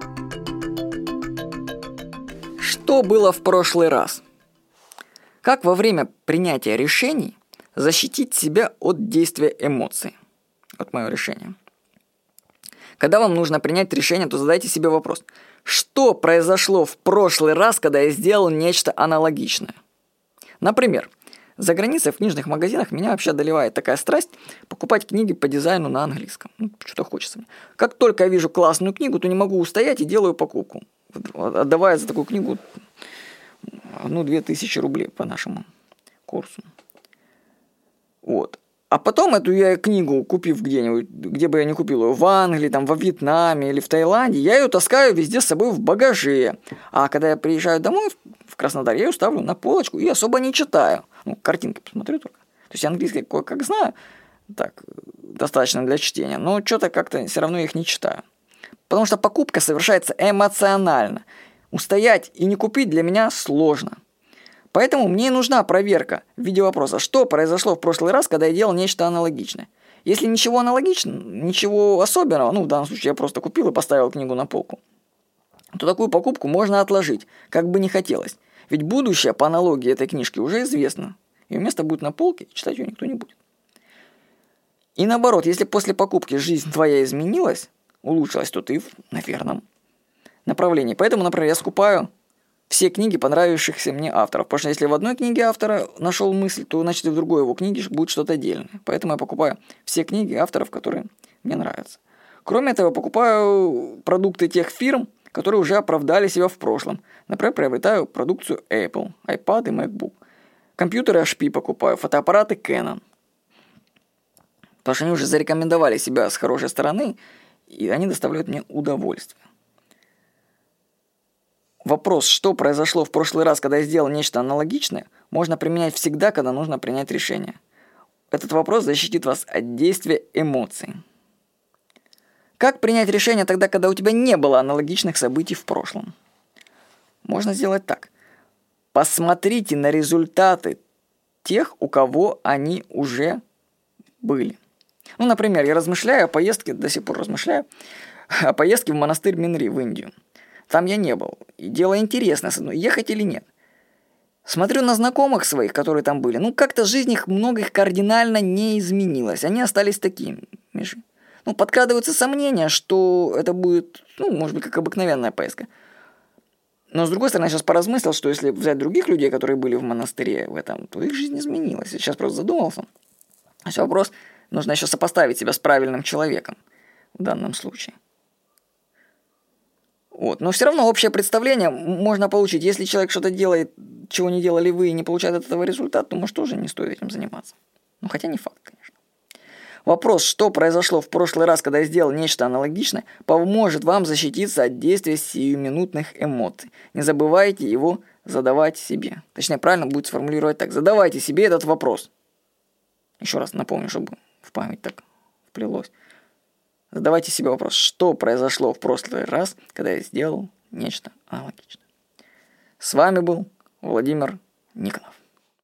Что было в прошлый раз? Как во время принятия решений защитить себя от действия эмоций? Вот мое решение. Когда вам нужно принять решение, то задайте себе вопрос: что произошло в прошлый раз, когда я сделал нечто аналогичное? Например, за границей в книжных магазинах меня вообще одолевает такая страсть покупать книги по дизайну на английском. Что-то хочется мне. Как только я вижу классную книгу, то не могу устоять и делаю покупку, отдавая за такую книгу 2000 рублей по нашему курсу. Вот. А потом эту я книгу, купив где-нибудь, где бы я ни купил ее, в Англии, там, во Вьетнаме или в Таиланде, я ее таскаю везде с собой в багаже. А когда я приезжаю домой в Краснодар, я ее ставлю на полочку и особо не читаю. Картинки посмотрю только. То есть английский кое-как знаю, так, достаточно для чтения, но что-то как-то все равно их не читаю. Потому что покупка совершается эмоционально. Устоять и не купить для меня сложно. Поэтому мне нужна проверка в виде вопроса: что произошло в прошлый раз, когда я делал нечто аналогичное. Если ничего аналогичного, ничего особенного, в данном случае я просто купил и поставил книгу на полку, то такую покупку можно отложить, как бы не хотелось. Ведь будущее по аналогии этой книжки уже известно. Ее место будет на полке, и читать ее никто не будет. И наоборот, если после покупки жизнь твоя изменилась, улучшилась, то ты в верном направлении. Поэтому, например, я скупаю все книги понравившихся мне авторов. Потому что если в одной книге автора нашел мысль, то значит и в другой его книге будет что-то отдельное. Поэтому я покупаю все книги авторов, которые мне нравятся. Кроме этого, покупаю продукты тех фирм, которые уже оправдали себя в прошлом. Например, приобретаю продукцию Apple, iPad и MacBook. Компьютеры HP покупаю, фотоаппараты Canon. Потому что они уже зарекомендовали себя с хорошей стороны, и они доставляют мне удовольствие. Вопрос, что произошло в прошлый раз, когда я сделал нечто аналогичное, можно применять всегда, когда нужно принять решение. Этот вопрос защитит вас от действия эмоций. Как принять решение тогда, когда у тебя не было аналогичных событий в прошлом? Можно сделать так. Посмотрите на результаты тех, у кого они уже были. Например, я размышляю о поездке, до сих пор размышляю, о поездке в монастырь Минри в Индию. Там я не был. И дело интересное, ехать или нет. Смотрю на знакомых своих, которые там были. Как-то жизнь их многих кардинально не изменилась. Они остались такими. Подкрадываются сомнения, что это будет, может быть, как обыкновенная поездка. Но, с другой стороны, я сейчас поразмыслил, что если взять других людей, которые были в монастыре в этом, то их жизнь изменилась. Я сейчас просто задумался. Вопрос, нужно еще сопоставить себя с правильным человеком в данном случае. Но все равно общее представление можно получить. Если человек что-то делает, чего не делали вы, и не получает от этого результат, то, может, тоже не стоит этим заниматься. Хотя не факт, конечно. Вопрос, что произошло в прошлый раз, когда я сделал нечто аналогичное, поможет вам защититься от действия сиюминутных эмоций. Не забывайте его задавать себе. Точнее, правильно будет сформулировать так. Задавайте себе этот вопрос. Еще раз напомню, чтобы в память так вплелось. Задавайте себе вопрос, что произошло в прошлый раз, когда я сделал нечто аналогичное. С вами был Владимир Никонов.